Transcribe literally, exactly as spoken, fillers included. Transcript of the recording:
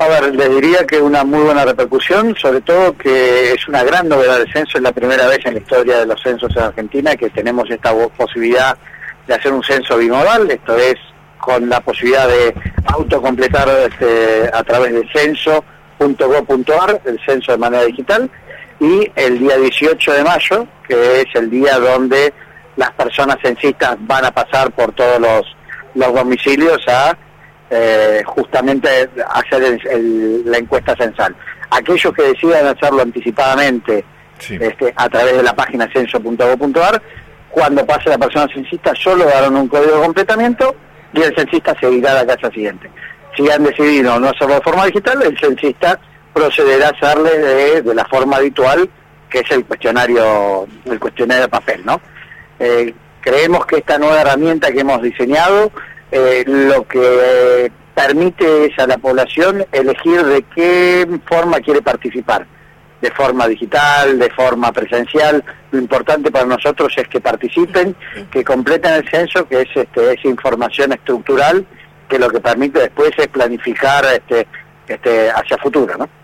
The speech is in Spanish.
A ver, les diría que una muy buena repercusión, sobre todo que es una gran novedad del censo, es la primera vez en la historia de los censos en Argentina que tenemos esta posibilidad de hacer un censo bimodal, esto es con la posibilidad de autocompletar este, a través de censo punto gob punto ar, el censo de manera digital, y el día dieciocho de mayo, que es el día donde las personas censistas van a pasar por todos los, los domicilios a eh, justamente hacer el, el, la encuesta censal. Aquellos que decidan hacerlo anticipadamente sí. este, a través de la página censo punto gob punto ar, cuando pase la persona censista solo darán un código de completamiento y el censista seguirá la casa siguiente. Si han decidido no hacerlo de forma digital, el censista procederá a hacerle de, de la forma habitual, que es el cuestionario, el cuestionario de papel, ¿no? Eh, creemos que esta nueva herramienta que hemos diseñado eh, lo que permite es a la población elegir de qué forma quiere participar, de forma digital, de forma presencial. Lo importante para nosotros es que participen, que completen el censo, que es este, esa información estructural que lo que permite después es planificar este, este, hacia futuro, ¿no?